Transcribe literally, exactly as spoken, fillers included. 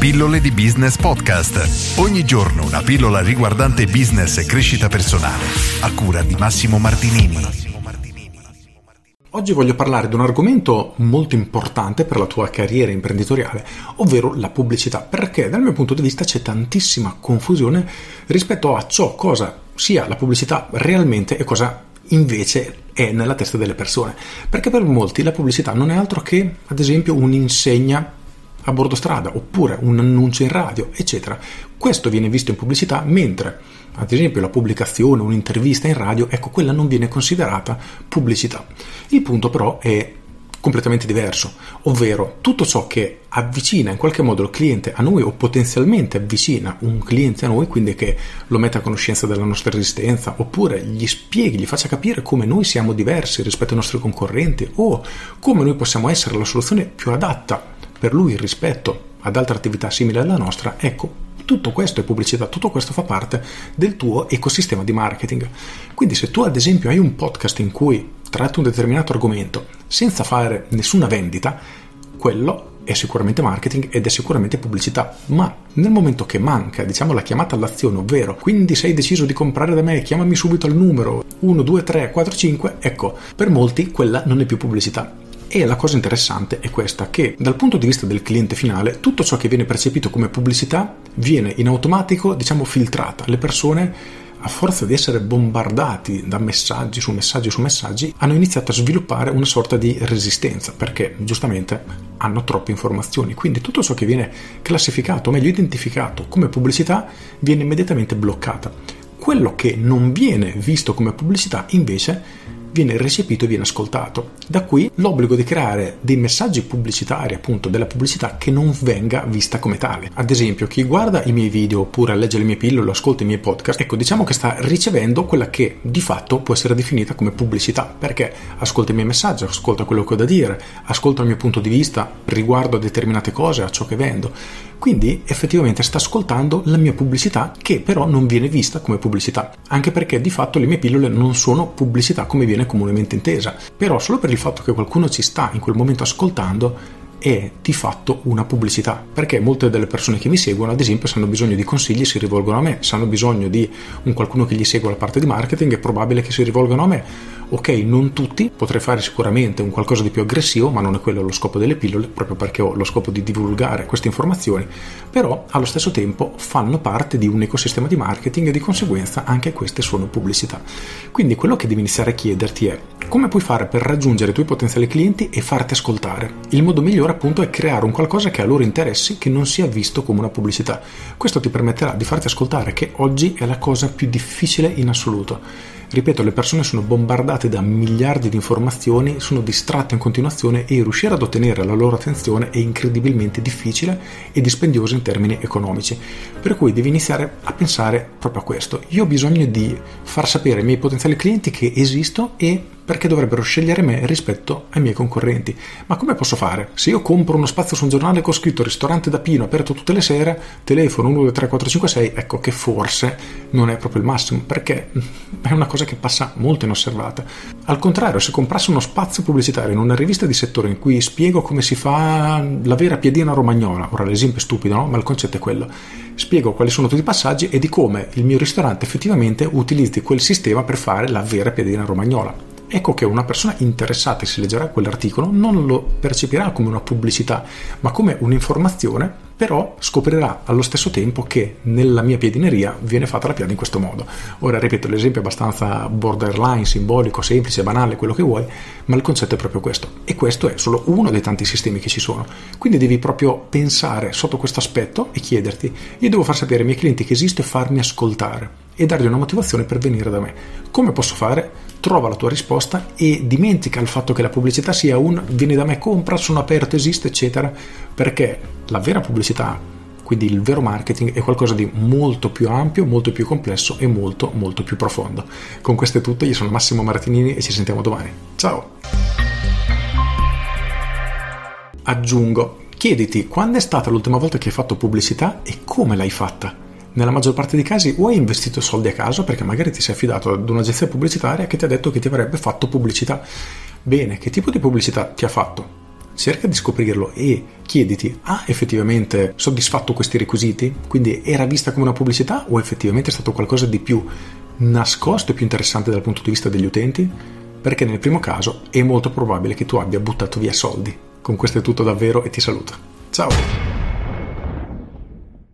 Pillole di Business Podcast. Ogni giorno una pillola riguardante business e crescita personale, a cura di Massimo Martinini. Oggi voglio parlare di un argomento molto importante per la tua carriera imprenditoriale, ovvero la pubblicità, perché dal mio punto di vista c'è tantissima confusione rispetto a ciò cosa sia la pubblicità realmente e cosa invece è nella testa delle persone, perché per molti la pubblicità non è altro che, ad esempio, un'insegna a bordo strada oppure un annuncio in radio, eccetera. Questo viene visto in pubblicità, mentre ad esempio la pubblicazione, un'intervista in radio, ecco, quella non viene considerata pubblicità. Il punto però è completamente diverso, ovvero tutto ciò che avvicina in qualche modo il cliente a noi o potenzialmente avvicina un cliente a noi, quindi che lo mette a conoscenza della nostra esistenza oppure gli spieghi, gli faccia capire come noi siamo diversi rispetto ai nostri concorrenti o come noi possiamo essere la soluzione più adatta per lui rispetto ad altre attività simili alla nostra. Ecco, tutto questo è pubblicità, tutto questo fa parte del tuo ecosistema di marketing. Quindi se tu ad esempio hai un podcast in cui tratti un determinato argomento senza fare nessuna vendita, quello è sicuramente marketing ed è sicuramente pubblicità, ma nel momento che manca, diciamo, la chiamata all'azione, ovvero quindi sei deciso di comprare da me, chiamami subito al numero uno due tre quattro cinque, ecco, per molti quella non è più pubblicità. E la cosa interessante è questa, che dal punto di vista del cliente finale tutto ciò che viene percepito come pubblicità viene in automatico, diciamo, filtrata. Le persone, a forza di essere bombardati da messaggi su messaggi su messaggi, hanno iniziato a sviluppare una sorta di resistenza, perché giustamente hanno troppe informazioni. Quindi tutto ciò che viene classificato, o meglio identificato come pubblicità, viene immediatamente bloccato. Quello che non viene visto come pubblicità invece viene recepito e viene ascoltato. Da qui l'obbligo di creare dei messaggi pubblicitari, appunto della pubblicità, che non venga vista come tale. Ad esempio, chi guarda i miei video oppure legge le mie pillole o ascolta i miei podcast, ecco, diciamo che sta ricevendo quella che di fatto può essere definita come pubblicità, perché ascolta i miei messaggi, ascolta quello che ho da dire, ascolta il mio punto di vista riguardo a determinate cose, a ciò che vendo. Quindi effettivamente sta ascoltando la mia pubblicità, che però non viene vista come pubblicità, anche perché di fatto le mie pillole non sono pubblicità come viene comunemente intesa, però solo per il fatto che qualcuno ci sta in quel momento ascoltando è di fatto una pubblicità, perché molte delle persone che mi seguono, ad esempio, se hanno bisogno di consigli si rivolgono a me, se hanno bisogno di un qualcuno che gli segua la parte di marketing è probabile che si rivolgano a me. Ok, non tutti, potrei fare sicuramente un qualcosa di più aggressivo, ma non è quello lo scopo delle pillole, proprio perché ho lo scopo di divulgare queste informazioni, però allo stesso tempo fanno parte di un ecosistema di marketing e di conseguenza anche queste sono pubblicità. Quindi quello che devi iniziare a chiederti è: come puoi fare per raggiungere i tuoi potenziali clienti e farti ascoltare? Il modo migliore appunto è creare un qualcosa che a loro interessi, che non sia visto come una pubblicità. Questo ti permetterà di farti ascoltare, che oggi è la cosa più difficile in assoluto. Ripeto, le persone sono bombardate da miliardi di informazioni, sono distratte in continuazione e riuscire ad ottenere la loro attenzione è incredibilmente difficile e dispendioso in termini economici. Per cui devi iniziare a pensare proprio a questo. Io ho bisogno di far sapere ai miei potenziali clienti che esisto e perché dovrebbero scegliere me rispetto ai miei concorrenti. Ma come posso fare? Se io compro uno spazio su un giornale con scritto ristorante da Pino aperto tutte le sere, telefono uno due tre quattro cinque sei, ecco che forse non è proprio il massimo, perché è una cosa che passa molto inosservata. Al contrario, se comprassi uno spazio pubblicitario in una rivista di settore in cui spiego come si fa la vera piadina romagnola, ora l'esempio è stupido, no? Ma il concetto è quello, spiego quali sono tutti i passaggi e di come il mio ristorante effettivamente utilizzi quel sistema per fare la vera piadina romagnola. Ecco che una persona interessata, se leggerà quell'articolo, non lo percepirà come una pubblicità, ma come un'informazione, però scoprirà allo stesso tempo che nella mia piadineria viene fatta la piada in questo modo. Ora, ripeto, l'esempio è abbastanza borderline, simbolico, semplice, banale, quello che vuoi, ma il concetto è proprio questo. E questo è solo uno dei tanti sistemi che ci sono. Quindi devi proprio pensare sotto questo aspetto e chiederti: io devo far sapere ai miei clienti che esisto e farmi ascoltare e dargli una motivazione per venire da me. Come posso fare? Trova la tua risposta e dimentica il fatto che la pubblicità sia un vieni da me, compra, sono aperto, esiste, eccetera, perché la vera pubblicità, quindi il vero marketing, è qualcosa di molto più ampio, molto più complesso e molto molto più profondo. Con questo è tutto, io sono Massimo Martinini e ci sentiamo domani. Ciao! Aggiungo, chiediti quando è stata l'ultima volta che hai fatto pubblicità e come l'hai fatta. Nella maggior parte dei casi o hai investito soldi a caso perché magari ti sei affidato ad un'agenzia pubblicitaria che ti ha detto che ti avrebbe fatto pubblicità. Bene, che tipo di pubblicità ti ha fatto? cerca di scoprirlo e chiediti: ha effettivamente soddisfatto questi requisiti? Quindi era vista come una pubblicità o effettivamente è stato qualcosa di più nascosto e più interessante dal punto di vista degli utenti? Perché nel primo caso è molto probabile che tu abbia buttato via soldi. Con questo è tutto davvero e ti saluto. Ciao!